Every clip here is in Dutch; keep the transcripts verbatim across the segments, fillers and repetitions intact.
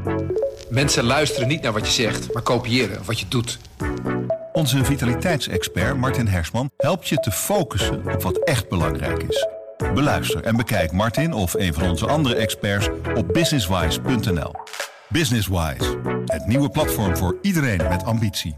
Mensen luisteren niet naar wat je zegt, maar kopiëren wat je doet. Onze vitaliteitsexpert Martin Hersman helpt je te focussen op wat echt belangrijk is. Beluister en bekijk Martin of een van onze andere experts op businesswise punt n l. Businesswise, het nieuwe platform voor iedereen met ambitie.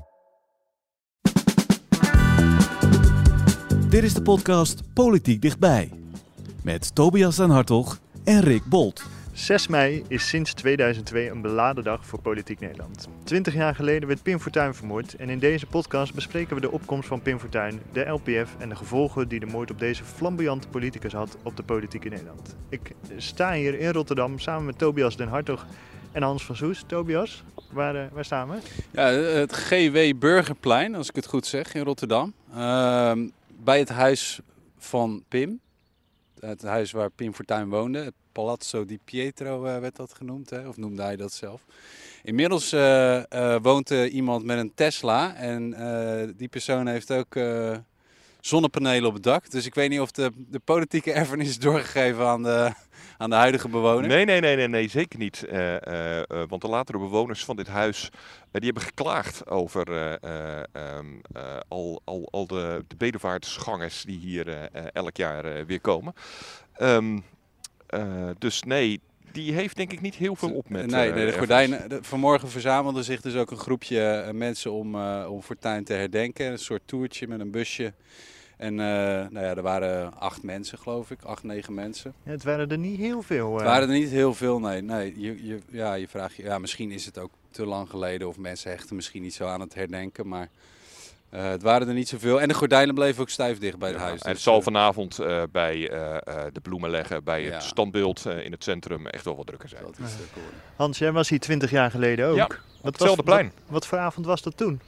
Dit is de podcast Politiek Dichtbij. Met Tobias den Hartog en Rick Bolt. zes mei is sinds tweeduizend twee een beladen dag voor Politiek Nederland. Twintig jaar geleden werd Pim Fortuyn vermoord en in deze podcast bespreken we de opkomst van Pim Fortuyn, de L P F en de gevolgen die de moord op deze flamboyante politicus had op de politiek in Nederland. Ik sta hier in Rotterdam samen met Tobias den Hartog en Hans van Soest. Tobias, waar, uh, waar staan we? Ja, het G W Burgerplein, als ik het goed zeg, in Rotterdam. Uh, bij het huis van Pim. Het huis waar Pim Fortuyn woonde. Het Palazzo di Pietro uh, werd dat genoemd, hè? Of noemde hij dat zelf. Inmiddels uh, uh, woont er iemand met een Tesla. En uh, die persoon heeft ook uh, zonnepanelen op het dak. Dus ik weet niet of de, de politieke erfenis is doorgegeven aan de, aan de huidige bewoner. Nee, nee, nee, nee, nee zeker niet. Uh, uh, uh, want de latere bewoners van dit huis, uh, die hebben geklaagd over uh, uh, um, uh, al, al, al de, de bedevaartsgangers die hier uh, uh, elk jaar uh, weer komen. Um, uh, dus nee, die heeft denk ik niet heel veel op met... Nee, uh, nee de gordijnen. De, vanmorgen verzamelde zich dus ook een groepje uh, mensen om, uh, om Fortuyn te herdenken. Een soort toertje met een busje. En uh, nou ja, er waren acht mensen, geloof ik. Acht, negen mensen. Ja, het waren er niet heel veel. Uh... Het waren er niet heel veel, nee. nee je, je, ja, je vraagt je, ja, misschien is het ook te lang geleden of mensen hechten misschien niet zo aan het herdenken. Maar uh, het waren er niet zoveel. En de gordijnen bleven ook stijf dicht bij het ja, huis. En het dus, zal vanavond uh, bij uh, uh, de bloemen leggen, bij ja. het standbeeld uh, in het centrum echt wel wat drukker zijn. Dat is uh, cool. Hans, jij was hier twintig jaar geleden ook. Ja, wat op hetzelfde was, plein. Wat, wat voor avond was dat toen?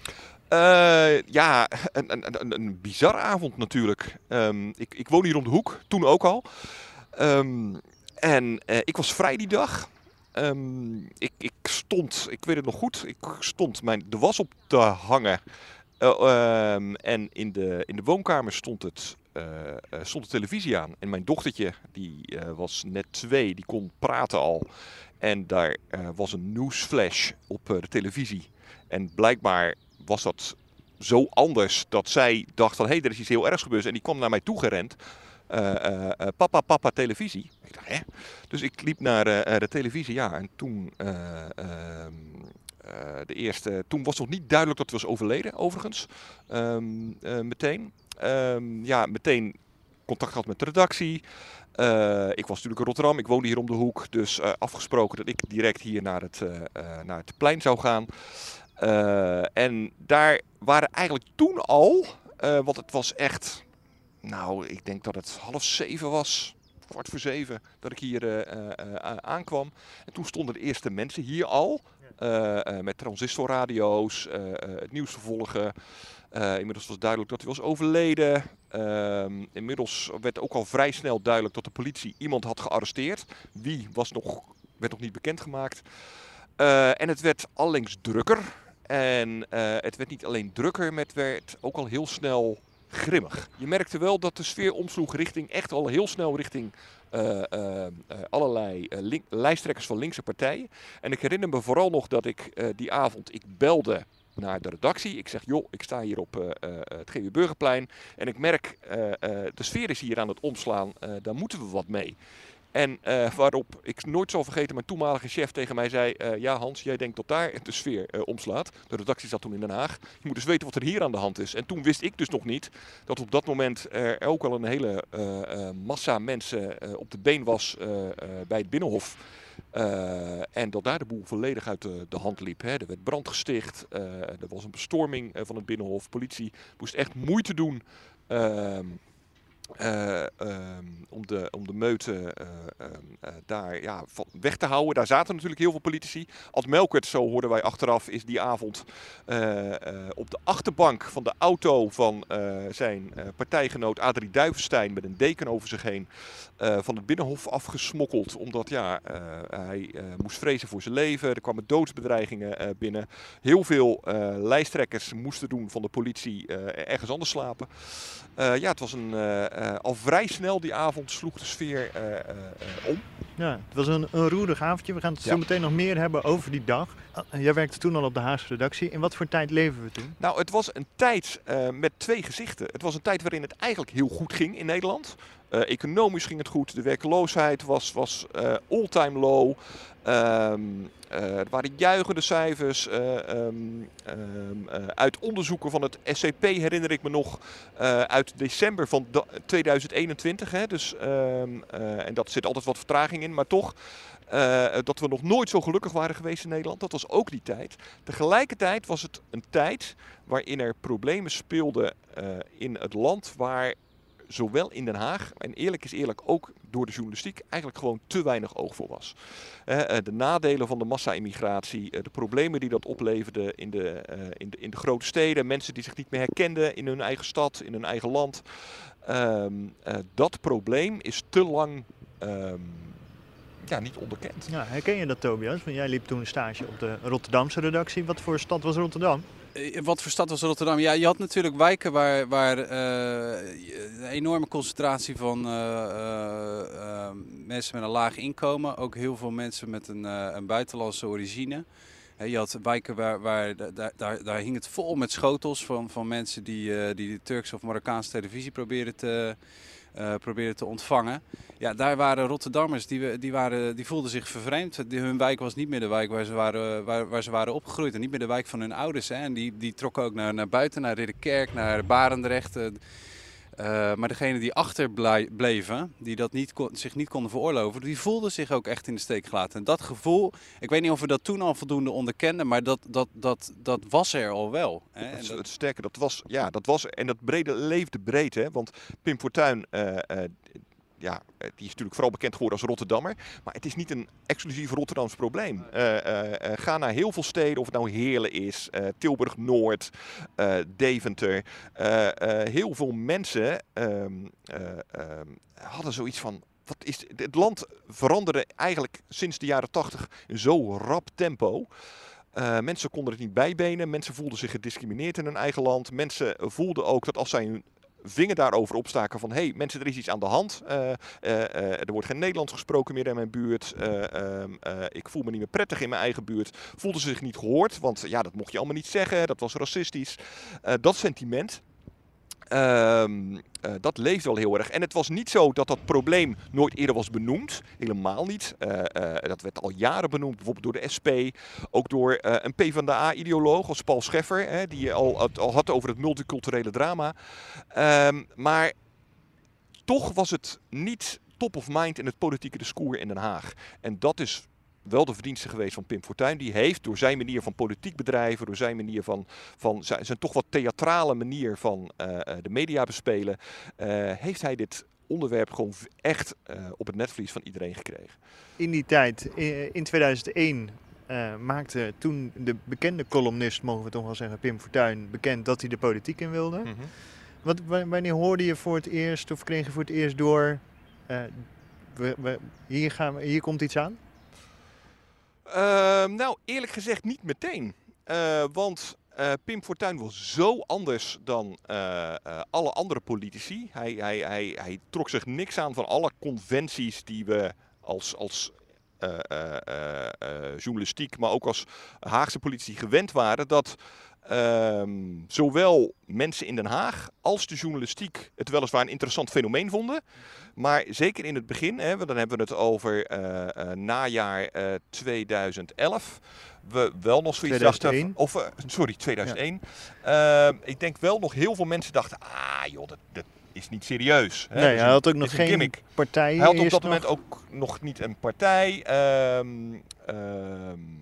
Uh, ja, een, een, een, een bizar avond natuurlijk. Um, ik, ik woon hier om de hoek, toen ook al. Um, en uh, ik was vrij die dag. Um, ik, ik stond, ik weet het nog goed, ik stond mijn, de was op te hangen. Uh, um, en in de, in de woonkamer stond, het, uh, uh, stond de televisie aan. En mijn dochtertje, die uh, was net twee, die kon praten al. En daar uh, was een nieuwsflash op uh, de televisie. En blijkbaar was dat zo anders dat zij dacht van hé, hey, er is iets heel ergs gebeurd. En die kwam naar mij toe gerend. Uh, uh, uh, papa, papa, televisie. Ik dacht, hè? Dus ik liep naar uh, de televisie, ja. En toen, uh, uh, uh, de eerste, toen was nog niet duidelijk dat hij was overleden, overigens. Um, uh, meteen. Um, ja, meteen contact gehad met de redactie. Uh, ik was natuurlijk in Rotterdam, ik woonde hier om de hoek. Dus uh, afgesproken dat ik direct hier naar het, uh, uh, naar het plein zou gaan. Uh, en daar waren eigenlijk toen al, uh, want het was echt, nou ik denk dat het half zeven was, kwart voor zeven, dat ik hier uh, uh, uh, aankwam. En toen stonden de eerste mensen hier al, uh, uh, met transistorradio's, uh, uh, het nieuws te volgen. Uh, inmiddels was duidelijk dat hij was overleden. Uh, inmiddels werd ook al vrij snel duidelijk dat de politie iemand had gearresteerd. Wie was nog, werd nog niet bekendgemaakt. Uh, en het werd allengs drukker. En uh, het werd niet alleen drukker, maar het werd ook al heel snel grimmig. Je merkte wel dat de sfeer omsloeg richting, echt al heel snel richting uh, uh, uh, allerlei uh, link, lijsttrekkers van linkse partijen. En ik herinner me vooral nog dat ik uh, die avond, ik belde naar de redactie. Ik zeg, joh, ik sta hier op uh, uh, het G W Burgerplein en ik merk, uh, uh, de sfeer is hier aan het omslaan, uh, daar moeten we wat mee. En uh, waarop ik nooit zal vergeten, mijn toenmalige chef tegen mij zei, uh, ja Hans, jij denkt dat daar de sfeer uh, omslaat. De redactie zat toen in Den Haag. Je moet dus weten wat er hier aan de hand is. En toen wist ik dus nog niet dat op dat moment er ook al een hele uh, uh, massa mensen uh, op de been was uh, uh, bij het Binnenhof. Uh, en dat daar de boel volledig uit de, de hand liep. Hè. Er werd brand gesticht, uh, er was een bestorming uh, van het Binnenhof. Politie moest echt moeite doen uh, uh, um, om, de, om de meute uh, uh, uh, daar ja, van weg te houden. Daar zaten natuurlijk heel veel politici. Ad Melkert, zo hoorden wij achteraf, is die avond uh, uh, op de achterbank van de auto van uh, zijn uh, partijgenoot Adrie Duivenstein met een deken over zich heen uh, van het Binnenhof afgesmokkeld. Omdat ja, uh, hij uh, moest vrezen voor zijn leven. Er kwamen doodsbedreigingen uh, binnen. Heel veel uh, lijsttrekkers moesten doen van de politie uh, ergens anders slapen. Uh, ja, het was een, uh, uh, al vrij snel die avond sloeg de sfeer uh, uh, uh, om. Ja, het was een, een roerig avondje. We gaan het ja. zo meteen nog meer hebben over die dag. Uh, jij werkte toen al op de Haagse redactie. In wat voor tijd leven we toen? Nou, het was een tijd uh, met twee gezichten. Het was een tijd waarin het eigenlijk heel goed ging in Nederland. Uh, economisch ging het goed. De werkloosheid was, was uh, all-time low. Um, uh, er waren juichende cijfers. Uh, um, um, uh, uit onderzoeken van het S C P herinner ik me nog uh, uit december van tweeduizend eenentwintig. Hè, dus, um, uh, en dat zit altijd wat vertraging in, maar toch. Uh, dat we nog nooit zo gelukkig waren geweest in Nederland. Dat was ook die tijd. Tegelijkertijd was het een tijd waarin er problemen speelden uh, in het land waar zowel in Den Haag, en eerlijk is eerlijk ook door de journalistiek, eigenlijk gewoon te weinig oog voor was. Uh, de nadelen van de massa-immigratie, uh, de problemen die dat opleverde in de, uh, in, de, in de grote steden, mensen die zich niet meer herkenden in hun eigen stad, in hun eigen land. Um, uh, dat probleem is te lang um, ja, niet onderkend. Ja, herken je dat, Tobias? Want jij liep toen een stage op de Rotterdamse redactie. Wat voor stad was Rotterdam? Wat voor stad was Rotterdam? Ja, je had natuurlijk wijken waar, waar uh, een enorme concentratie van uh, uh, uh, mensen met een laag inkomen. Ook heel veel mensen met een, uh, een buitenlandse origine. He, je had wijken waar, waar daar, daar, daar hing het vol met schotels van, van mensen die, uh, die de Turkse of Marokkaanse televisie probeerden te, uh, probeerden te ontvangen. Ja, daar waren Rotterdammers, die, die, waren, die voelden zich vervreemd. Die, hun wijk was niet meer de wijk waar ze waren, waar, waar ze waren opgegroeid en niet meer de wijk van hun ouders. Hè. En die, die trokken ook naar, naar buiten, naar Ridderkerk, naar Barendrecht. Uh, maar degenen die achterbleven, die dat niet kon, zich niet konden veroorloven, die voelden zich ook echt in de steek gelaten. En dat gevoel, ik weet niet of we dat toen al voldoende onderkenden, maar dat, dat, dat, dat was er al wel. Hè. Het, dat... het sterke, dat was, ja, dat was, en dat brede leefde breed, hè, want Pim Fortuyn, uh, uh, ja, die is natuurlijk vooral bekend geworden als Rotterdammer. Maar het is niet een exclusief Rotterdams probleem. Uh, uh, uh, ga naar heel veel steden, of het nou Heerlen is, uh, Tilburg-Noord, uh, Deventer. Uh, uh, heel veel mensen uh, uh, uh, hadden zoiets van... Wat is, het land veranderde eigenlijk sinds de jaren tachtig in zo rap tempo. Uh, mensen konden het niet bijbenen. Mensen voelden zich gediscrimineerd in hun eigen land. Mensen voelden ook dat als zij hun vinger daarover opstaken van... hé, hey, mensen, er is iets aan de hand. Uh, uh, uh, er wordt geen Nederlands gesproken meer in mijn buurt. Uh, uh, uh, ik voel me niet meer prettig in mijn eigen buurt. Voelden ze zich niet gehoord, want ja, dat mocht je allemaal niet zeggen. Dat was racistisch. Uh, dat sentiment... Um, uh, dat leeft wel heel erg. En het was niet zo dat dat probleem nooit eerder was benoemd. Helemaal niet. Uh, uh, dat werd al jaren benoemd, bijvoorbeeld door de S P. Ook door uh, een PvdA-ideoloog als Paul Scheffer, hè, die al, het al had over het multiculturele drama. Um, maar toch was het niet top of mind in het politieke discours in Den Haag. En dat is wel de verdienste geweest van Pim Fortuyn. Die heeft door zijn manier van politiek bedrijven, door zijn manier van, van zijn, zijn toch wat theatrale manier van uh, de media bespelen, uh, heeft hij dit onderwerp gewoon echt uh, op het netvlies van iedereen gekregen. In die tijd, in tweeduizend één, uh, maakte toen de bekende columnist, mogen we toch wel zeggen, Pim Fortuyn, bekend dat hij de politiek in wilde. Mm-hmm. Wat, wanneer hoorde je voor het eerst, of kreeg je voor het eerst door, uh, we, we, hier, gaan we, hier komt iets aan? Uh, nou, eerlijk gezegd niet meteen. Uh, want uh, Pim Fortuyn was zo anders dan uh, uh, alle andere politici. Hij, hij, hij, hij trok zich niks aan van alle conventies die we als, als uh, uh, uh, uh, journalistiek, maar ook als Haagse politici gewend waren. Dat uh, zowel mensen in Den Haag als de journalistiek het weliswaar een interessant fenomeen vonden. Maar zeker in het begin, hè, dan hebben we het over uh, uh, najaar uh, tweeduizend elf. We wel nog zoiets dachten. Of, uh, sorry, tweeduizend één. Ja. Uh, ik denk wel nog heel veel mensen dachten, ah joh, dat, dat is niet serieus. Hè? Nee, dus hij had ook nog geen gimmick. partij. Hij had op dat moment nog... ook nog niet een partij. Um, um,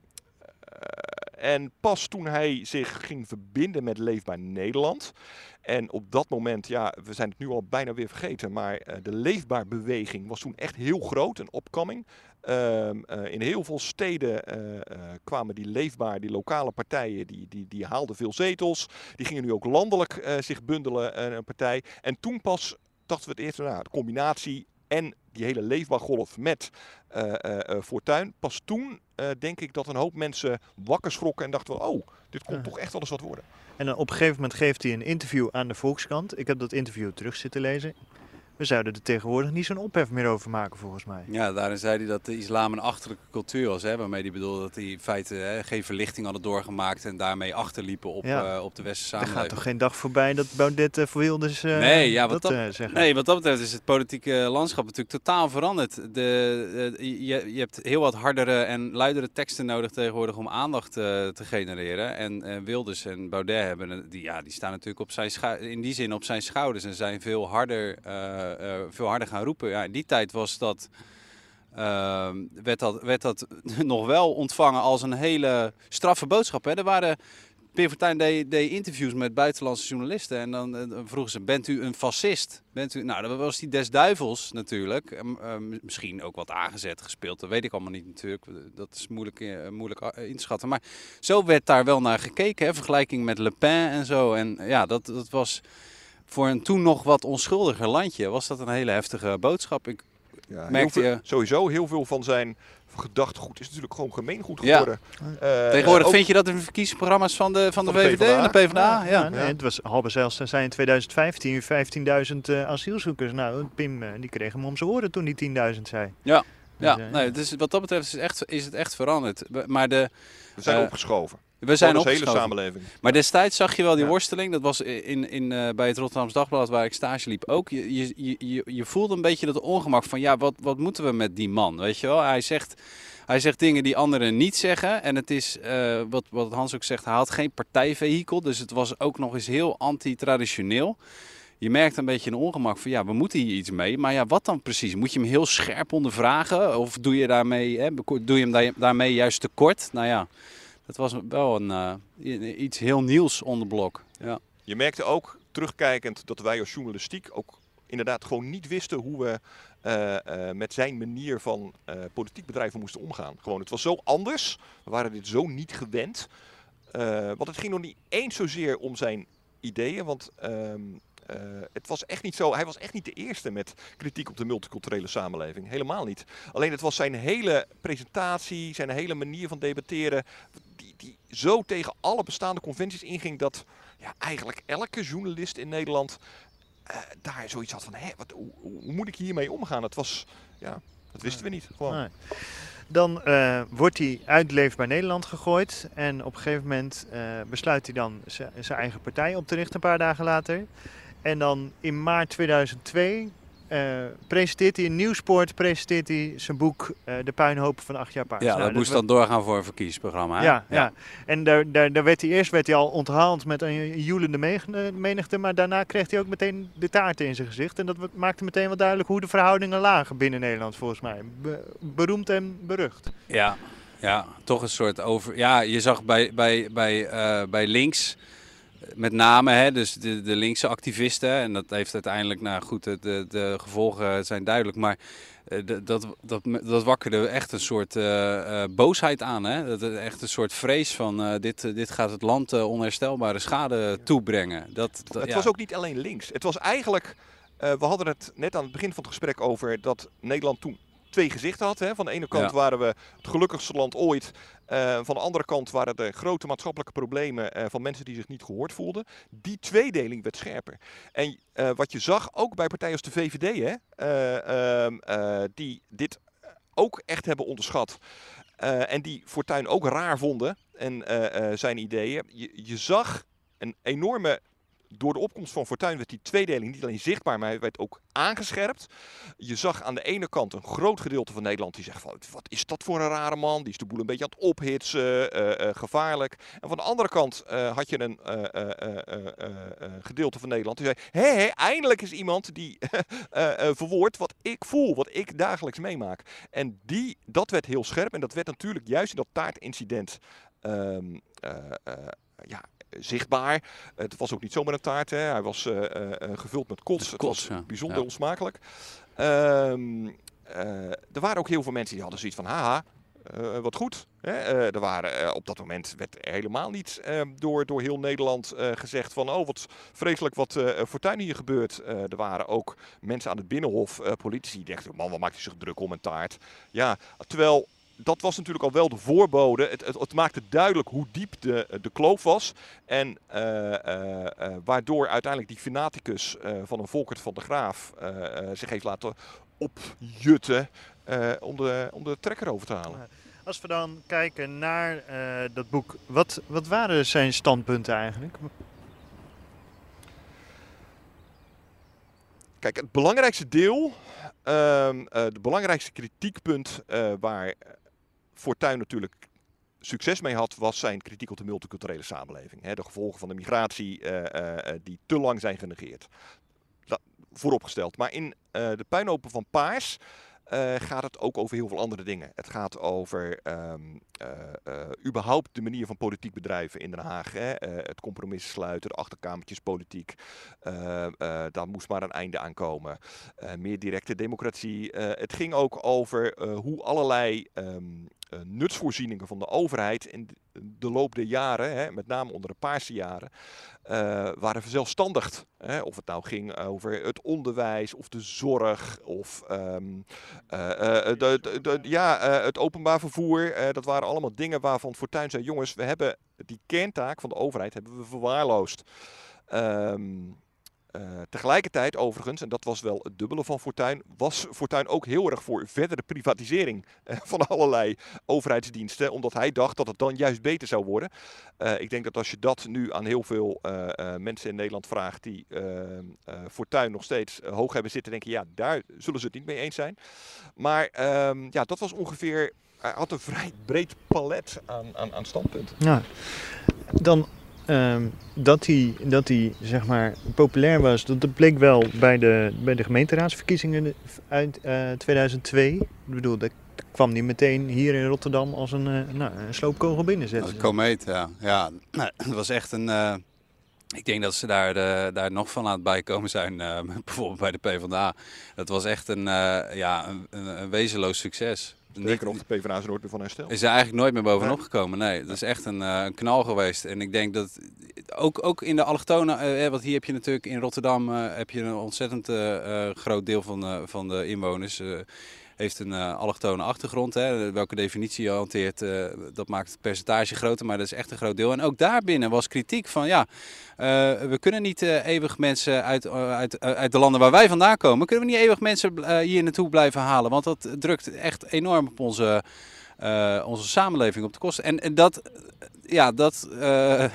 En pas toen hij zich ging verbinden met Leefbaar Nederland. En op dat moment, ja, we zijn het nu al bijna weer vergeten. Maar uh, de Leefbaar-beweging was toen echt heel groot, een opkoming. Uh, uh, in heel veel steden uh, uh, kwamen die Leefbaar, die lokale partijen, die, die, die haalden veel zetels. Die gingen nu ook landelijk uh, zich bundelen, uh, een partij. En toen pas dachten we het eerst, nou, de combinatie en die hele leefbaargolf met uh, uh, uh, Fortuyn. Pas toen uh, denk ik dat een hoop mensen wakker schrokken en dachten wel, oh, dit kon uh. toch echt wel eens wat worden. En dan op een gegeven moment geeft hij een interview aan de Volkskrant. Ik heb dat interview terug zitten lezen. we zouden er tegenwoordig niet zo'n ophef meer over maken volgens mij. Ja, daarin zei hij dat de islam een achterlijke cultuur was. Hè, waarmee hij bedoelde dat hij in feite hè, geen verlichting hadden doorgemaakt en daarmee achterliepen op, Ja. uh, op de westerse Er samenleving. gaat toch geen dag voorbij dat Baudet uh, voor Wilders uh, nee, ja, wat dat dat, uh, zeggen? nee, wat dat betreft is het politieke landschap natuurlijk totaal veranderd. De, de, je, je hebt heel wat hardere en luidere teksten nodig tegenwoordig om aandacht uh, te genereren. En uh, Wilders en Baudet hebben, die, ja, die staan natuurlijk op zijn schou- in die zin op zijn schouders en zijn veel harder, uh, uh, veel harder gaan roepen. Ja, in die tijd was dat, uh, werd dat, werd dat nog wel ontvangen als een hele straffe boodschap. Hè. Er waren... Pim Fortuyn deed, deed interviews met buitenlandse journalisten en dan uh, vroegen ze, bent u een fascist? Bent u... Nou, dat was die des duivels natuurlijk. Uh, uh, misschien ook wat aangezet gespeeld, dat weet ik allemaal niet natuurlijk. Dat is moeilijk, uh, moeilijk uh, in te schatten. Maar zo werd daar wel naar gekeken, hè? Vergelijking met Le Pen en zo. En ja, dat, dat was voor een toen nog wat onschuldiger landje, was dat een hele heftige boodschap. Ik Ja, merkte heel veel, je... Sowieso heel veel van zijn gedachtegoed is natuurlijk gewoon gemeengoed geworden. Ja. Uh, Tegenwoordig ook, vind je dat in de verkiezingsprogramma's van de, van de, Van de V V D PvdA. en de P v d A? Ja, Ja. nee, het was halve zelfs zei in twintig vijftien vijftienduizend uh, asielzoekers. Nou, Pim uh, die kreeg hem om zijn oren toen hij tienduizend zei. Ja, ja. Dus, uh, Nee, dus wat dat betreft is het echt, is het echt veranderd. Maar de, we zijn uh, opgeschoven. we zijn Gewoon als opgeschoven. hele samenleving. Maar destijds zag je wel die Ja. worsteling. Dat was in, in, uh, bij het Rotterdams Dagblad waar ik stage liep ook. Je, je, je, je voelde een beetje dat ongemak van ja, wat, wat moeten we met die man? Weet je wel? Hij zegt, hij zegt dingen die anderen niet zeggen. En het is, uh, wat, wat Hans ook zegt, hij had geen partijvehikel. Dus het was ook nog eens heel anti-traditioneel. Je merkt een beetje een ongemak van ja, we moeten hier iets mee. Maar ja, wat dan precies? Moet je hem heel scherp ondervragen? Of doe je, daarmee, hè, doe je hem daarmee juist tekort? Nou ja, dat was wel een, uh, iets heel nieuws onder blok. Ja. Je merkte ook, terugkijkend, dat wij als journalistiek ook inderdaad gewoon niet wisten hoe we uh, uh, met zijn manier van uh, politiek bedrijven moesten omgaan. Gewoon, het was zo anders. We waren dit zo niet gewend. Uh, want het ging nog niet eens zozeer om zijn ideeën, want... Um, Uh, het was echt niet zo, hij was echt niet de eerste met kritiek op de multiculturele samenleving. Helemaal niet. Alleen het was zijn hele presentatie, zijn hele manier van debatteren, die, die zo tegen alle bestaande conventies inging dat ja, eigenlijk elke journalist in Nederland uh, daar zoiets had van, hé, wat, hoe, hoe moet ik hiermee omgaan? Het was, ja, dat wisten we niet. Gewoon. Nee. Dan uh, wordt hij uit Leefbaar Nederland gegooid en op een gegeven moment uh, besluit hij dan zijn eigen partij op te richten een paar dagen later. En dan in maart tweeduizend twee uh, presenteert hij in Nieuwsport presenteert hij zijn boek uh, De Puinhopen van acht jaar paars. Ja, nou, dat moest was... dan doorgaan voor een verkiezingsprogramma. Hè? Ja, ja. ja, en daar, daar, daar werd hij eerst werd hij al onthaald met een joelende menigte, maar daarna kreeg hij ook meteen de taart in zijn gezicht. En dat maakte meteen wel duidelijk hoe de verhoudingen lagen binnen Nederland volgens mij. Be- beroemd en berucht. Ja, ja, toch een soort over... Ja, je zag bij, bij, bij, uh, bij links... Met name, hè, dus de, de linkse activisten, en dat heeft uiteindelijk, nou goed, de, de, de gevolgen zijn duidelijk, maar uh, de, dat, dat, dat wakkerde echt een soort uh, uh, boosheid aan. Hè? Dat, echt een soort vrees van uh, dit, uh, dit gaat het land uh, onherstelbare schade toebrengen. Dat, dat, het ja. was ook niet alleen links. Het was eigenlijk, uh, we hadden het net aan het begin van het gesprek over dat Nederland toen twee gezichten had. Hè. Van de ene kant ja. waren we het gelukkigste land ooit. Uh, van de andere kant waren er grote maatschappelijke problemen uh, van mensen die zich niet gehoord voelden. Die tweedeling werd scherper. En uh, wat je zag, ook bij partijen als de V V D, hè, uh, uh, uh, die dit ook echt hebben onderschat. Uh, en die Fortuyn ook raar vonden en uh, uh, zijn ideeën. Je, je zag een enorme... Door de opkomst van Fortuyn werd die tweedeling niet alleen zichtbaar, maar hij werd ook aangescherpt. Je zag aan de ene kant een groot gedeelte van Nederland die zegt van, wat is dat voor een rare man? Die is de boel een beetje aan het ophitsen, uh, uh, gevaarlijk. En van de andere kant uh, had je een uh, uh, uh, uh, uh, gedeelte van Nederland die zei, hé, hé, eindelijk is iemand die uh, uh, verwoordt wat ik voel, wat ik dagelijks meemaak. En die, dat werd heel scherp en dat werd natuurlijk juist in dat taartincident um, uh, uh, ja, zichtbaar. Het was ook niet zomaar een taart. Hè. Hij was uh, uh, gevuld met kots. Het was ja. bijzonder ja. onsmakelijk. Um, uh, er waren ook heel veel mensen die hadden zoiets van haha, uh, wat goed. Hè. Uh, er waren, uh, op dat moment werd er helemaal niet uh, door, door heel Nederland uh, gezegd van oh wat vreselijk wat uh, Fortuyn hier gebeurt. Uh, er waren ook mensen aan het Binnenhof, uh, politici die dachten man wat maakt hij zich druk om een taart. Ja, terwijl dat was natuurlijk al wel de voorbode. Het, het, het maakte duidelijk hoe diep de, de kloof was. En uh, uh, uh, waardoor uiteindelijk die fanaticus uh, van een Volkert van de Graaf uh, uh, zich heeft laten opjutten uh, om, de, om de trekker over te halen. Als we dan kijken naar uh, dat boek, wat, wat waren zijn standpunten eigenlijk? Kijk, het belangrijkste deel, uh, uh, de belangrijkste kritiekpunt uh, waar Fortuyn natuurlijk succes mee had, was zijn kritiek op de multiculturele samenleving. Hè, de gevolgen van de migratie uh, uh, die te lang zijn genegeerd. Dat, vooropgesteld. Maar in uh, de puinhopen van Paars uh, gaat het ook over heel veel andere dingen. Het gaat over um, uh, uh, überhaupt de manier van politiek bedrijven in Den Haag. Hè? Uh, het compromis sluiten, de achterkamertjespolitiek. Uh, uh, daar moest maar een einde aan komen. Uh, meer directe democratie. Uh, het ging ook over uh, hoe allerlei um, uh, nutsvoorzieningen van de overheid in de loop der jaren, hè, met name onder de Paarse jaren, uh, waren verzelfstandigd. Hè? Of het nou ging over het onderwijs of de zorg of um, uh, uh, de, de, de, ja, uh, het openbaar vervoer. Uh, dat waren allemaal dingen waarvan Fortuyn zei, jongens, we hebben die kerntaak van de overheid hebben we verwaarloosd. Um, Uh, tegelijkertijd overigens, en dat was wel het dubbele van Fortuyn, was Fortuyn ook heel erg voor verdere privatisering uh, van allerlei overheidsdiensten, omdat hij dacht dat het dan juist beter zou worden. Uh, ik denk dat als je dat nu aan heel veel uh, uh, mensen in Nederland vraagt die uh, uh, Fortuyn nog steeds uh, hoog hebben zitten, denken ja, daar zullen ze het niet mee eens zijn. Maar um, ja, dat was ongeveer, hij had een vrij breed palet aan, aan, aan standpunten. Ja, dan... Um, dat hij, dat hij zeg maar populair was, dat, dat bleek wel bij de, bij de gemeenteraadsverkiezingen uit uh, tweeduizend twee. Ik bedoel, dat kwam niet meteen hier in Rotterdam als een, uh, nou, een sloopkogel binnenzetten. Een komeet, ja. ja. Het was echt een... Uh, ik denk dat ze daar, uh, daar nog van aan het bijkomen zijn, uh, bijvoorbeeld bij de PvdA. Dat was echt een, uh, ja, een, een wezenloos succes. Zeker of de PvdA is er nooit meer van hersteld. Is er eigenlijk nooit meer bovenop gekomen. Nee, dat is echt een, uh, een knal geweest. En ik denk dat ook, ook in de allochtonen, uh, want hier heb je natuurlijk in Rotterdam uh, heb je een ontzettend uh, groot deel van, uh, van de inwoners. Uh, heeft een uh, allochtone achtergrond. Hè. Welke definitie je hanteert, uh, dat maakt het percentage groter, maar dat is echt een groot deel. En ook daarbinnen was kritiek van ja, uh, we kunnen niet uh, eeuwig mensen uit, uh, uit, uh, uit de landen waar wij vandaan komen, kunnen we niet eeuwig mensen uh, hier naartoe blijven halen. Want dat drukt echt enorm op onze, uh, onze samenleving op de kosten. En, en dat, ja, dat... Uh,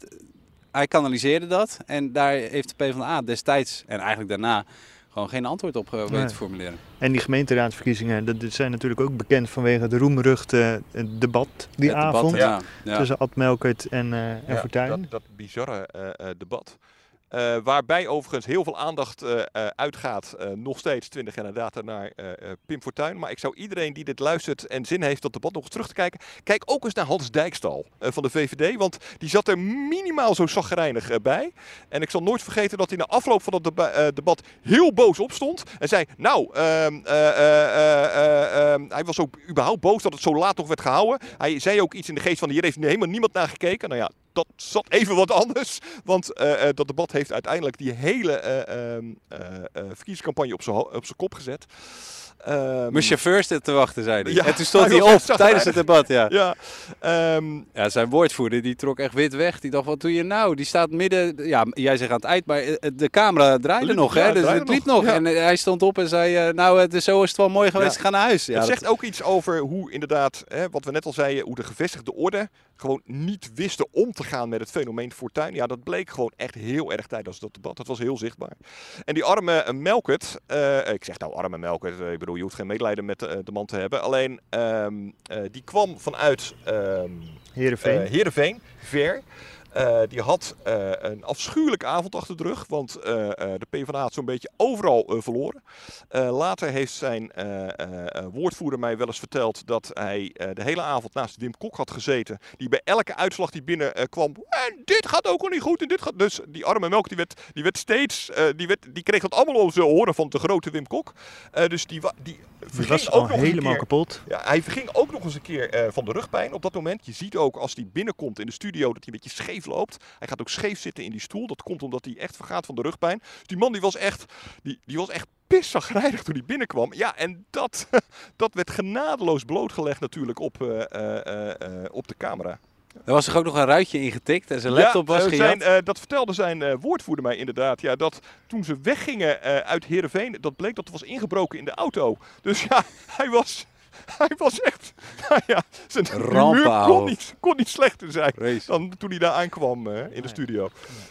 hij kanaliseerde dat en daar heeft de PvdA destijds en eigenlijk daarna gewoon geen antwoord op uh, weten nee. te formuleren. En die gemeenteraadsverkiezingen, dat zijn natuurlijk ook bekend vanwege het roemruchte uh, debat die het avond debat, ja. Ja. tussen Ad Melkert en, uh, en ja, Fortuyn. Dat, dat bizarre uh, uh, debat. Uh, waarbij overigens heel veel aandacht uh, uh, uitgaat, uh, nog steeds twintig jaar later, naar uh, uh, Pim Fortuyn. Maar ik zou iedereen die dit luistert en zin heeft dat debat nog eens terug te kijken, kijk ook eens naar Hans Dijkstal uh, van de V V D. Want die zat er minimaal zo chagrijnig uh, bij. En ik zal nooit vergeten dat hij na afloop van dat deba uh, debat heel boos opstond. En zei, nou, uh, uh, uh, uh, uh, hij was ook überhaupt boos dat het zo laat nog werd gehouden. Hij zei ook iets in de geest van, hier heeft helemaal niemand naar gekeken. Nou ja, dat zat even wat anders, want uh, uh, dat debat heeft uiteindelijk die hele uh, uh, uh, verkiezingscampagne op zijn op zijn kop gezet. Um, Mijn chauffeur zit te wachten, zei hij. Ja, en toen stond hij, hij op tijdens het debat. Ja. Ja, um, ja, zijn woordvoerder die trok echt wit weg. Die dacht, wat doe je nou? Die staat midden, ja, jij zegt aan het eind, maar de camera draaide liep, nog. Ja, hè? Dus het liep nog. nog. Ja. En hij stond op en zei, uh, nou, het is, zo is het wel mooi geweest, ja. ga naar huis. Ja, het dat zegt ook iets over hoe inderdaad, hè, wat we net al zeiden, hoe de gevestigde orde gewoon niet wisten om te gaan met het fenomeen Fortuyn. Ja, dat bleek gewoon echt heel erg tijdens dat debat. Dat was heel zichtbaar. En die arme uh, Melkert, uh, ik zeg nou arme Melkert, uh, ik bedoel, je hoeft geen medelijden met uh, de man te hebben. Alleen, um, uh, die kwam vanuit um, Heerenveen. Uh, Heerenveen, ver. Uh, die had uh, een afschuwelijke avond achter de rug, want uh, uh, de PvdA had zo'n beetje overal uh, verloren. Uh, later heeft zijn uh, uh, woordvoerder mij wel eens verteld dat hij uh, de hele avond naast Wim Kok had gezeten. Die bij elke uitslag die binnen uh, kwam, en dit gaat ook al niet goed en dit gaat... Dus die arme Melk die werd, die werd steeds, uh, die, werd, die kreeg dat allemaal op zijn horen van de grote Wim Kok. Uh, dus die, die Die was ook al helemaal keer, kapot. Ja, hij verging ook nog eens een keer uh, van de rugpijn op dat moment. Je ziet ook als hij binnenkomt in de studio dat hij een beetje scheef loopt. Hij gaat ook scheef zitten in die stoel. Dat komt omdat hij echt vergaat van de rugpijn. Dus die man die was echt, die, die was echt pissagrijnig toen hij binnenkwam. Ja, en dat, dat werd genadeloos blootgelegd natuurlijk op, uh, uh, uh, op de camera. Er was er ook nog een ruitje ingetikt en zijn laptop ja, was uh, gejat. zijn, uh, dat vertelde zijn uh, woordvoerder mij inderdaad. Ja, dat toen ze weggingen uh, uit Heerenveen, dat bleek dat er was ingebroken in de auto. Dus ja, hij was... Hij was echt, nou ja, zijn humeur kon niet, kon niet slechter zijn Race. dan toen hij daar aankwam uh, in de studio.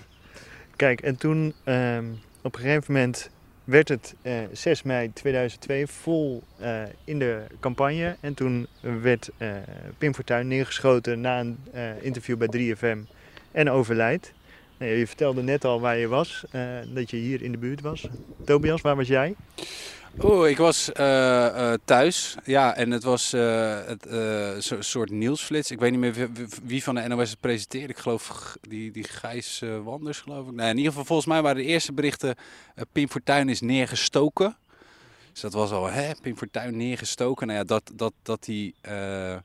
Kijk, en toen um, op een gegeven moment werd het uh, zes mei tweeduizend twee vol uh, in de campagne. En toen werd uh, Pim Fortuyn neergeschoten na een uh, interview bij drie F M en overlijdt. Nou, je vertelde net al waar je was, uh, dat je hier in de buurt was. Tobias, waar was jij? Oh, ik was uh, uh, thuis. Ja, en het was uh, het, uh, een soort nieuwsflits. Ik weet niet meer wie, wie van de N O S het presenteerde. Ik geloof die, die Gijs uh, Wanders, geloof ik. Nee, in ieder geval, volgens mij waren de eerste berichten... Uh, Pim Fortuyn is neergestoken. Dus dat was al, hè, Pim Fortuyn neergestoken. Nou ja, dat, dat, dat hij... Uh,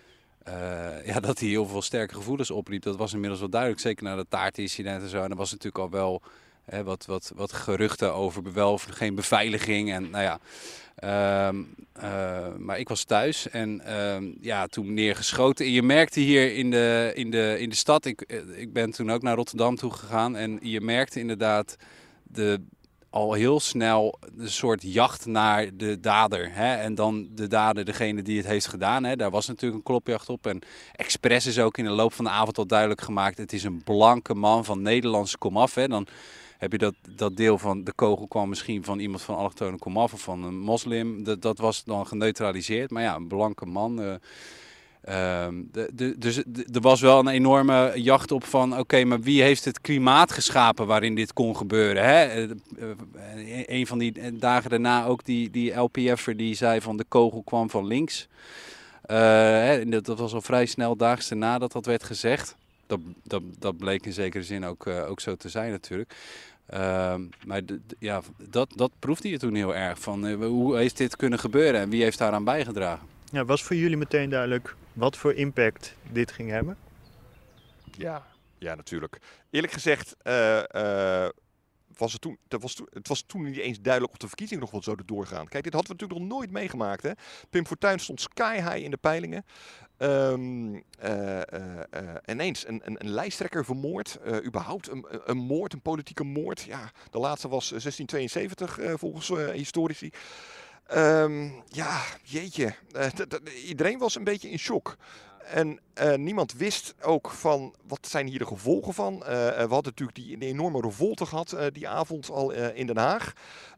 Uh, ja, dat hij heel veel sterke gevoelens opriep, dat was inmiddels wel duidelijk. Zeker na dat taartincident en zo. En er was natuurlijk al wel hè, wat, wat, wat geruchten over wel of geen beveiliging. En nou ja, uh, uh, maar ik was thuis en uh, ja, toen neergeschoten. En je merkte hier in de, in de, in de stad, ik, ik ben toen ook naar Rotterdam toe gegaan. En je merkte inderdaad de... al heel snel een soort jacht naar de dader. Hè? En dan de dader, degene die het heeft gedaan. Hè? Daar was natuurlijk een klopjacht op. En expres is ook in de loop van de avond al duidelijk gemaakt... het is een blanke man van Nederlandse komaf. Hè? Dan heb je dat, dat deel van de kogel kwam misschien van iemand van allochtone komaf... of van een moslim. Dat, dat was dan geneutraliseerd. Maar ja, een blanke man... Uh, Uh, de, de, dus de, er was wel een enorme jacht op van, oké, okay, maar wie heeft het klimaat geschapen waarin dit kon gebeuren? Hè? Uh, uh, een van die dagen daarna ook die, die L P F'er die zei van de kogel kwam van links. Uh, hè, dat, dat was al vrij snel daags daarna dat dat werd gezegd. Dat, dat, dat bleek in zekere zin ook, uh, ook zo te zijn natuurlijk. Uh, maar de, de, ja, dat, dat proefde je toen heel erg van, uh, hoe heeft dit kunnen gebeuren en wie heeft daaraan bijgedragen? Ja, was voor jullie meteen duidelijk wat voor impact dit ging hebben? Ja, ja natuurlijk. Eerlijk gezegd uh, uh, was het toen, dat was toen, het was toen niet eens duidelijk of de verkiezingen nog wel zouden doorgaan. Kijk, dit hadden we natuurlijk nog nooit meegemaakt. Hè? Pim Fortuyn stond sky high in de peilingen. Um, uh, uh, uh, ineens een, een, een lijsttrekker vermoord. Uh, überhaupt een, een moord, een politieke moord. Ja, de laatste was zestien tweeënzeventig uh, volgens uh, historici. Um, ja, jeetje. Uh, d- d- iedereen was een beetje in shock. En uh, niemand wist ook van, wat zijn hier de gevolgen van? Uh, we hadden natuurlijk die, die enorme revolte gehad uh, die avond al uh, in Den Haag.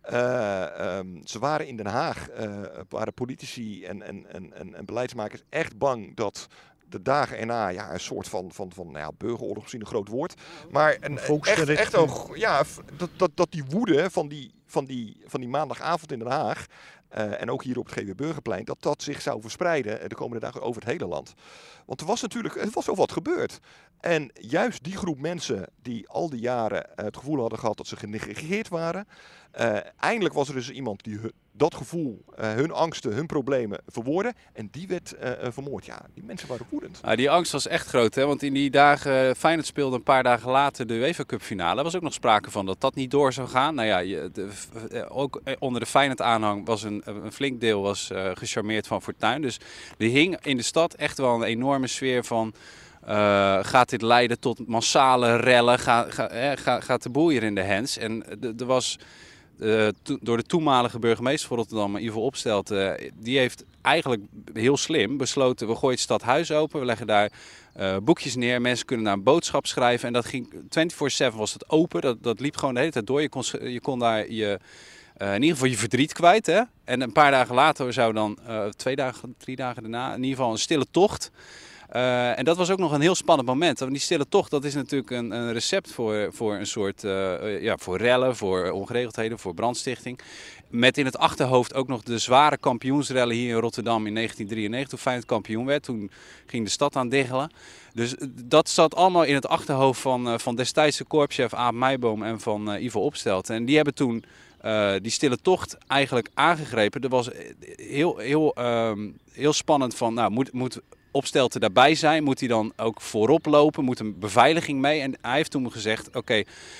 Uh, um, ze waren in Den Haag, uh, waren politici en, en, en, en beleidsmakers echt bang dat... de dagen erna ja, een soort van, van, van nou ja, burgeroorlog, misschien een groot woord. Maar een, echt, echt ook, ja, dat, dat, dat die woede van die, van, die, van die maandagavond in Den Haag... Uh, en ook hier op het G W Burgerplein, dat dat zich zou verspreiden de komende dagen over het hele land. Want er was natuurlijk, er was wel wat gebeurd. En juist die groep mensen die al die jaren uh, het gevoel hadden gehad dat ze genegeerd waren. Uh, eindelijk was er dus iemand die hun, dat gevoel, uh, hun angsten, hun problemen verwoordde. En die werd uh, uh, vermoord. Ja, die mensen waren woedend. Nou, die angst was echt groot, hè? Want in die dagen, Feyenoord speelde een paar dagen later de UEFA Cup finale. Er was ook nog sprake van dat dat niet door zou gaan. Nou ja, je, de, ook onder de Feyenoord aanhang was een, een flink deel was, uh, gecharmeerd van Fortuyn. Dus er hing in de stad echt wel een enorme sfeer van... Uh, gaat dit leiden tot massale rellen? Ga, ga, eh, ga, gaat de boel hier in de hens? En er was uh, to, door de toenmalige burgemeester van Rotterdam, Ivo Opstelten, uh, die heeft eigenlijk heel slim besloten, we gooien het stadhuis open, we leggen daar uh, boekjes neer, mensen kunnen daar een boodschap schrijven. En dat ging vierentwintig zeven was het open, dat, dat liep gewoon de hele tijd door. Je kon, je kon daar je... Uh, in ieder geval je verdriet kwijt. Hè? En een paar dagen later zou dan, uh, twee dagen, drie dagen daarna, in ieder geval een stille tocht. Uh, en dat was ook nog een heel spannend moment. Want die stille tocht, dat is natuurlijk een, een recept voor, voor een soort, uh, ja, voor rellen, voor ongeregeldheden, voor brandstichting. Met in het achterhoofd ook nog de zware kampioensrellen hier in Rotterdam in negentien drieënnegentig. Toen Feyenoord kampioen werd, toen ging de stad aan diggelen. Dus dat zat allemaal in het achterhoofd van, uh, van destijds de korpschef Aap Meiboom en van uh, Ivo Opstelten. En die hebben toen uh, die stille tocht eigenlijk aangegrepen. Er was heel, heel, um, heel spannend van, nou, moet... moet Opstelten daarbij zijn, moet hij dan ook voorop lopen, moet een beveiliging mee. En hij heeft toen gezegd, oké, okay,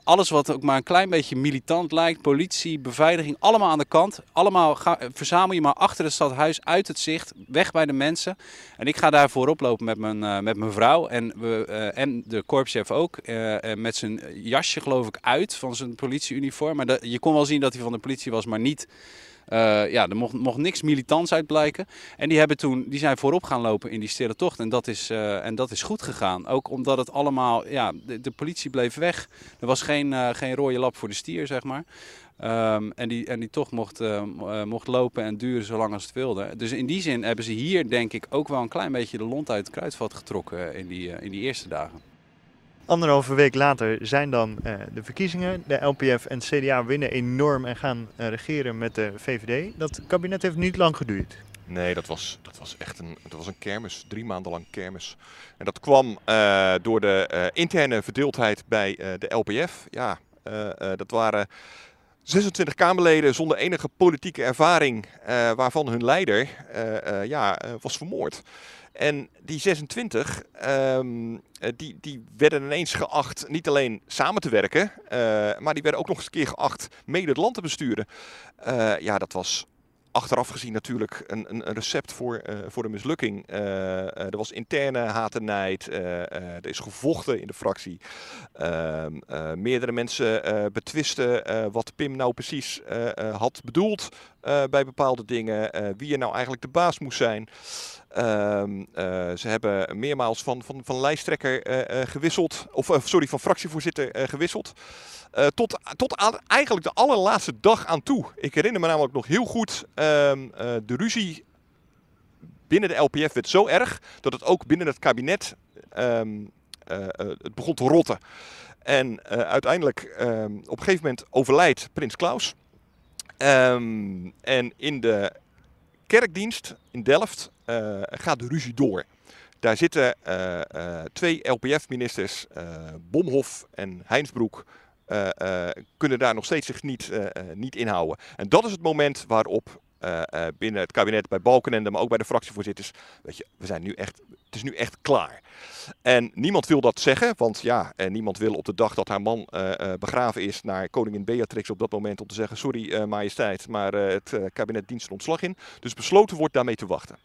alles wat ook maar een klein beetje militant lijkt, politie, beveiliging, allemaal aan de kant. Allemaal ga, verzamel je maar achter het stadhuis, uit het zicht, weg bij de mensen. En ik ga daar voorop lopen met mijn, uh, met mijn vrouw en, we, uh, en de korpschef ook. Uh, uh, met zijn jasje geloof ik uit van zijn politieuniform. Maar de, je kon wel zien dat hij van de politie was, maar niet... Uh, ja, er mocht, mocht niks militants uit blijken. En die, hebben toen, die zijn voorop gaan lopen in die stille tocht. En dat is, uh, en dat is goed gegaan. Ook omdat het allemaal... Ja, de, de politie bleef weg. Er was geen, uh, geen rode lap voor de stier, zeg maar. Um, en, die, en die tocht mocht, uh, uh, mocht lopen en duren zolang als het wilde. Dus in die zin hebben ze hier, denk ik, ook wel een klein beetje de lont uit het kruidvat getrokken in die, uh, in die eerste dagen. Anderhalve week later zijn dan uh, de verkiezingen. De L P F en het C D A winnen enorm en gaan uh, regeren met de V V D. Dat kabinet heeft niet lang geduurd. Nee, dat was, dat was echt een, dat was een kermis. Drie maanden lang kermis. En dat kwam uh, door de uh, interne verdeeldheid bij uh, de L P F. Ja, uh, uh, dat waren zesentwintig Kamerleden zonder enige politieke ervaring, uh, waarvan hun leider uh, uh, ja, uh, was vermoord. En die zesentwintig, um, die, die werden ineens geacht niet alleen samen te werken, uh, maar die werden ook nog eens een keer geacht mede het land te besturen. Uh, ja, dat was achteraf gezien natuurlijk een, een, een recept voor, uh, voor de mislukking. Uh, uh, er was interne haat en nijd, uh, uh, er is gevochten in de fractie. Uh, uh, meerdere mensen uh, betwisten uh, wat Pim nou precies uh, uh, had bedoeld uh, bij bepaalde dingen, uh, wie er nou eigenlijk de baas moest zijn. Uh, uh, ze hebben meermaals van, van, van lijsttrekker uh, uh, gewisseld, of uh, sorry, van fractievoorzitter uh, gewisseld. Uh, tot, tot aan eigenlijk de allerlaatste dag aan toe. Ik herinner me namelijk nog heel goed, uh, uh, de ruzie binnen de L P F werd zo erg dat het ook binnen het kabinet um, uh, uh, het begon te rotten. En uh, uiteindelijk um, op een gegeven moment overlijdt Prins Claus. Um, en in de kerkdienst in Delft uh, gaat de ruzie door. Daar zitten uh, uh, twee L P F-ministers, uh, Bomhoff en Heinsbroek, uh, uh, kunnen daar nog steeds zich niet, uh, uh, niet inhouden. En dat is het moment waarop uh, uh, binnen het kabinet, bij Balkenende, maar ook bij de fractievoorzitters, weet je, we zijn nu echt, het is nu echt klaar. En niemand wil dat zeggen, want ja, en niemand wil op de dag dat haar man uh, uh, begraven is naar koningin Beatrix op dat moment om te zeggen, sorry uh, majesteit, maar uh, het uh, kabinet dient zijn ontslag in. Dus besloten wordt daarmee te wachten.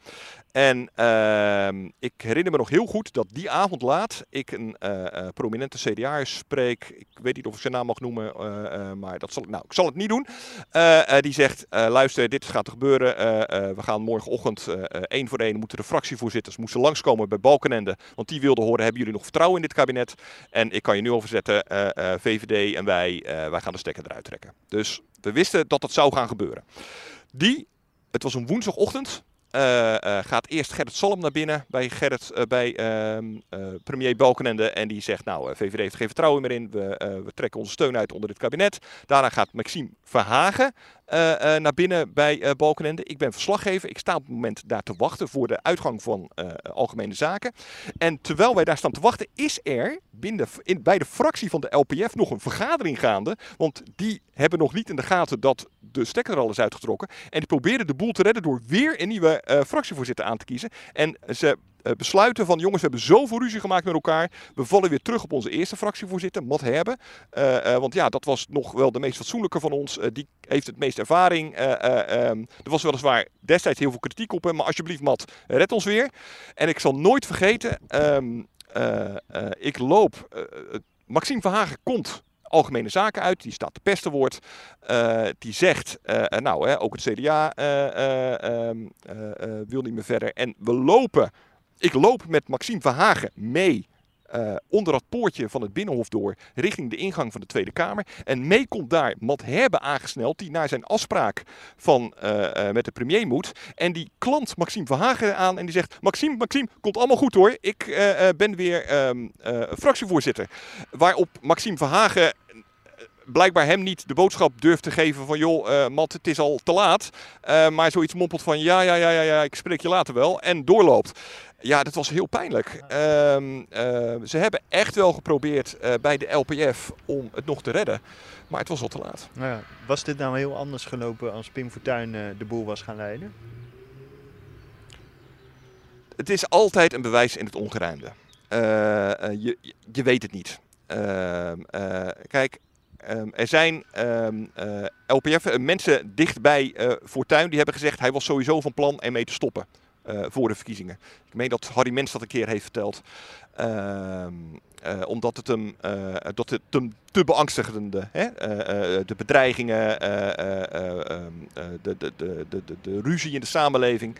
En uh, ik herinner me nog heel goed dat die avond laat ik een uh, uh, prominente C D A'er spreek. Ik weet niet of ik zijn naam mag noemen, uh, uh, maar dat zal, nou, ik zal het niet doen. Uh, uh, die zegt, uh, luister, dit gaat er gebeuren. Uh, uh, we gaan morgenochtend uh, uh, één voor één moeten de fractievoorzitters moesten langskomen bij Balkenende. Want die wilden horen, hebben jullie nog vertrouwen in dit kabinet? En ik kan je nu overzetten, uh, uh, V V D en wij, uh, wij gaan de stekker eruit trekken. Dus we wisten dat dat zou gaan gebeuren. Die, het was een woensdagochtend. Uh, uh, gaat eerst Gerrit Salm naar binnen bij, Gerrit, uh, bij uh, uh, premier Balkenende en die zegt, nou, uh, V V D heeft er geen vertrouwen meer in, we, uh, we trekken onze steun uit onder dit kabinet. Daarna gaat Maxime Verhagen uh, uh, naar binnen bij uh, Balkenende. Ik ben verslaggever, ik sta op het moment daar te wachten voor de uitgang van uh, Algemene Zaken. En terwijl wij daar staan te wachten, is er binnen, in, bij de fractie van de L P F nog een vergadering gaande, want die hebben nog niet in de gaten dat de stekker er al is uitgetrokken. En die proberen de boel te redden door weer een nieuwe uh, fractievoorzitter aan te kiezen. En ze uh, besluiten van, jongens, we hebben zoveel ruzie gemaakt met elkaar. We vallen weer terug op onze eerste fractievoorzitter, Mat Herbe. Uh, uh, want ja, dat was nog wel de meest fatsoenlijke van ons. Uh, die heeft het meest ervaring. Uh, uh, um, er was weliswaar destijds heel veel kritiek op hem. Maar alsjeblieft, Mat, red ons weer. En ik zal nooit vergeten, um, uh, uh, ik loop, uh, Maxime Verhagen komt Algemene Zaken uit, die staat te pestenwoord. Uh, die zegt, uh, nou, hè, ook het C D A uh, uh, uh, uh, wil niet meer verder. En we lopen, ik loop met Maxime Verhagen mee uh, onder dat poortje van het Binnenhof door, richting de ingang van de Tweede Kamer. En mee komt daar Mat Herbe aangesneld, die naar zijn afspraak van, uh, uh, met de premier moet. En die klant Maxime Verhagen aan en die zegt, Maxime, Maxime, komt allemaal goed hoor. Ik uh, uh, ben weer um, uh, fractievoorzitter. Waarop Maxime Verhagen blijkbaar hem niet de boodschap durft te geven van, joh, uh, Mat, het is al te laat. Uh, maar zoiets mompelt van, ja, ja, ja, ja, ja, ik spreek je later wel. En doorloopt. Ja, dat was heel pijnlijk. Uh, uh, ze hebben echt wel geprobeerd uh, bij de L P F om het nog te redden. Maar het was al te laat. Nou ja, was dit nou heel anders gelopen als Pim Fortuyn uh, de boel was gaan leiden? Het is altijd een bewijs in het ongerijmde. Uh, uh, je, je weet het niet. Uh, uh, kijk, Um, er zijn um, uh, L P F, uh, mensen dichtbij uh, Fortuyn die hebben gezegd hij was sowieso van plan ermee te stoppen uh, voor de verkiezingen. Ik meen dat Harry Mens dat een keer heeft verteld. Uh, uh, omdat het hem, uh, dat het hem te beangstigende, hè? Uh, uh, de bedreigingen, uh, uh, uh, uh, de, de, de, de, de, de ruzie in de samenleving.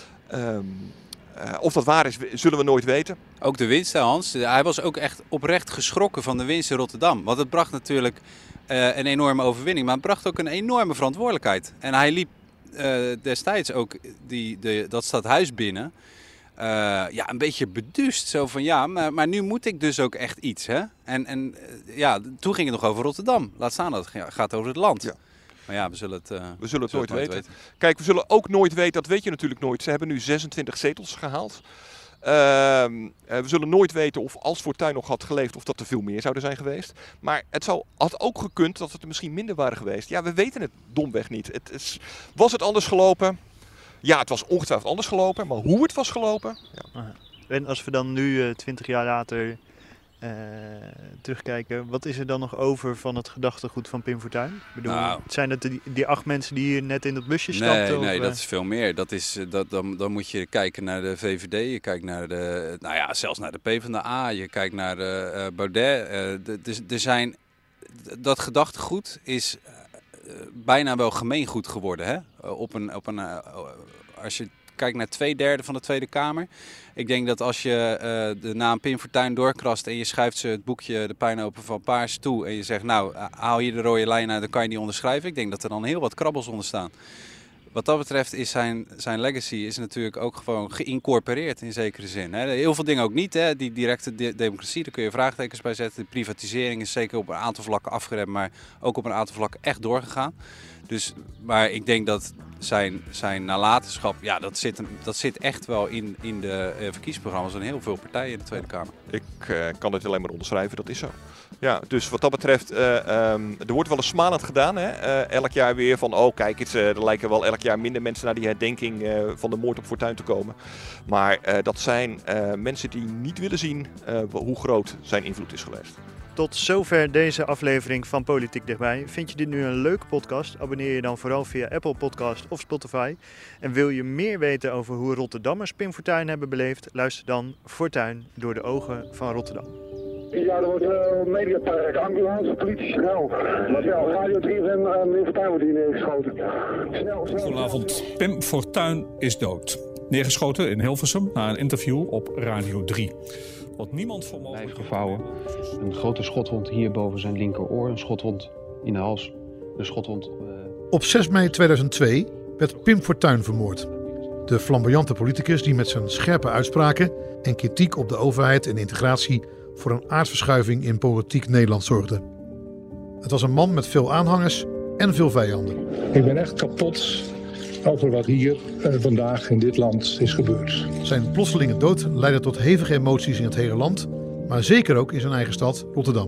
Um, Uh, of dat waar is, zullen we nooit weten. Ook de winst, Hans. Hij was ook echt oprecht geschrokken van de winst in Rotterdam. Want het bracht natuurlijk uh, een enorme overwinning, maar het bracht ook een enorme verantwoordelijkheid. En hij liep uh, destijds ook die, de, dat stadhuis binnen. Uh, ja, een beetje beduust. Zo van ja, maar, maar nu moet ik dus ook echt iets. Hè? En, en uh, ja, toen ging het nog over Rotterdam. Laat staan dat het gaat over het land. Ja. Maar ja, we zullen het, uh, we zullen het nooit, nooit weten. weten. Kijk, we zullen ook nooit weten, dat weet je natuurlijk nooit. Ze hebben nu zesentwintig zetels gehaald. Uh, uh, we zullen nooit weten of als Fortuyn nog had geleefd of dat er veel meer zouden zijn geweest. Maar het zou, had ook gekund dat het er misschien minder waren geweest. Ja, we weten het domweg niet. Het is, was het anders gelopen? Ja, het was ongetwijfeld anders gelopen. Maar hoe het was gelopen? Ja. En als we dan nu, twintig uh, jaar later, uh, terugkijken. Wat is er dan nog over van het gedachtegoed van Pim Fortuyn? Ik bedoel, nou, zijn het die, die acht mensen die hier net in dat busje stapten? Nee, nee of, dat is veel meer. Dat is, dat, dan, dan moet je kijken naar de V V D, je kijkt naar de, nou ja, zelfs naar de PvdA, je kijkt naar de uh, Baudet. Uh, de, de, er zijn, dat gedachtegoed is uh, bijna wel gemeengoed geworden. Hè? Uh, op een, op een, uh, als je kijkt naar twee derde van de Tweede Kamer. Ik denk dat als je uh, de naam Pim Fortuyn doorkrast en je schuift ze het boekje De Puinopen van Paars toe en je zegt nou, haal je de rode lijn uit, dan kan je die onderschrijven. Ik denk dat er dan heel wat krabbels onder staan. Wat dat betreft is zijn, zijn legacy is natuurlijk ook gewoon geïncorporeerd in zekere zin. Hè. Heel veel dingen ook niet. Hè. Die directe de- democratie, daar kun je vraagtekens bij zetten. De privatisering is zeker op een aantal vlakken afgeremd, maar ook op een aantal vlakken echt doorgegaan. Dus, maar ik denk dat zijn, zijn nalatenschap, ja, dat zit, dat zit echt wel in, in de uh, verkiezingsprogramma's van heel veel partijen in de Tweede Kamer. Ik uh, kan het alleen maar onderschrijven, dat is zo. Ja, dus wat dat betreft, uh, um, er wordt wel eens smalend gedaan. Hè? Uh, elk jaar weer van, oh kijk eens, uh, er lijken wel elk jaar minder mensen naar die herdenking uh, van de moord op Fortuyn te komen. Maar uh, dat zijn uh, mensen die niet willen zien uh, hoe groot zijn invloed is geweest. Tot zover deze aflevering van Politiek Dichtbij. Vind je dit nu een leuke podcast? Abonneer je dan vooral via Apple Podcast of Spotify. En wil je meer weten over hoe Rotterdammers Pim Fortuyn hebben beleefd? Luister dan Fortuyn door de ogen van Rotterdam. Ja, er wordt uh, mediapark, ambulance, politie, snel. Maar ja, Radio drie en uh, meneer Fortuyn wordt hier neergeschoten. Snel, snel. Goedenavond. Pim Fortuyn is dood. Neergeschoten in Hilversum na een interview op Radio drie. Wat niemand voor mogelijk... Lijf gevouwen. Een grote schotwond hier boven zijn linkeroor. Een schotwond in de hals. Een schotwond... Uh... Op zes mei tweeduizend twee werd Pim Fortuyn vermoord. De flamboyante politicus die met zijn scherpe uitspraken en kritiek op de overheid en integratie voor een aardverschuiving in politiek Nederland zorgde. Het was een man met veel aanhangers en veel vijanden. Ik ben echt kapot over wat hier uh, vandaag in dit land is gebeurd. Zijn plotselinge dood leidde tot hevige emoties in het hele land, maar zeker ook in zijn eigen stad Rotterdam.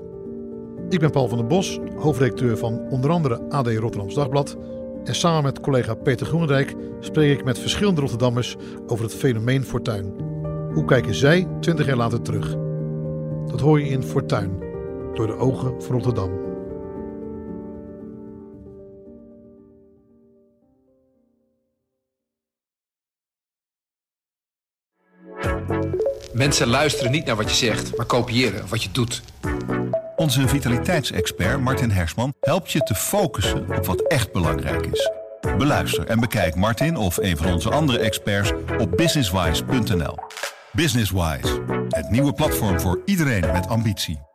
Ik ben Paul van der Bos, hoofdredacteur van onder andere A D Rotterdams Dagblad. En samen met collega Peter Groenendijk spreek ik met verschillende Rotterdammers over het fenomeen Fortuyn. Hoe kijken zij twintig jaar later terug? Dat hoor je in Fortuyn, door de ogen van Rotterdam. Mensen luisteren niet naar wat je zegt, maar kopiëren wat je doet. Onze vitaliteitsexpert Martin Hersman helpt je te focussen op wat echt belangrijk is. Beluister en bekijk Martin of een van onze andere experts op businesswise punt n l. Businesswise, het nieuwe platform voor iedereen met ambitie.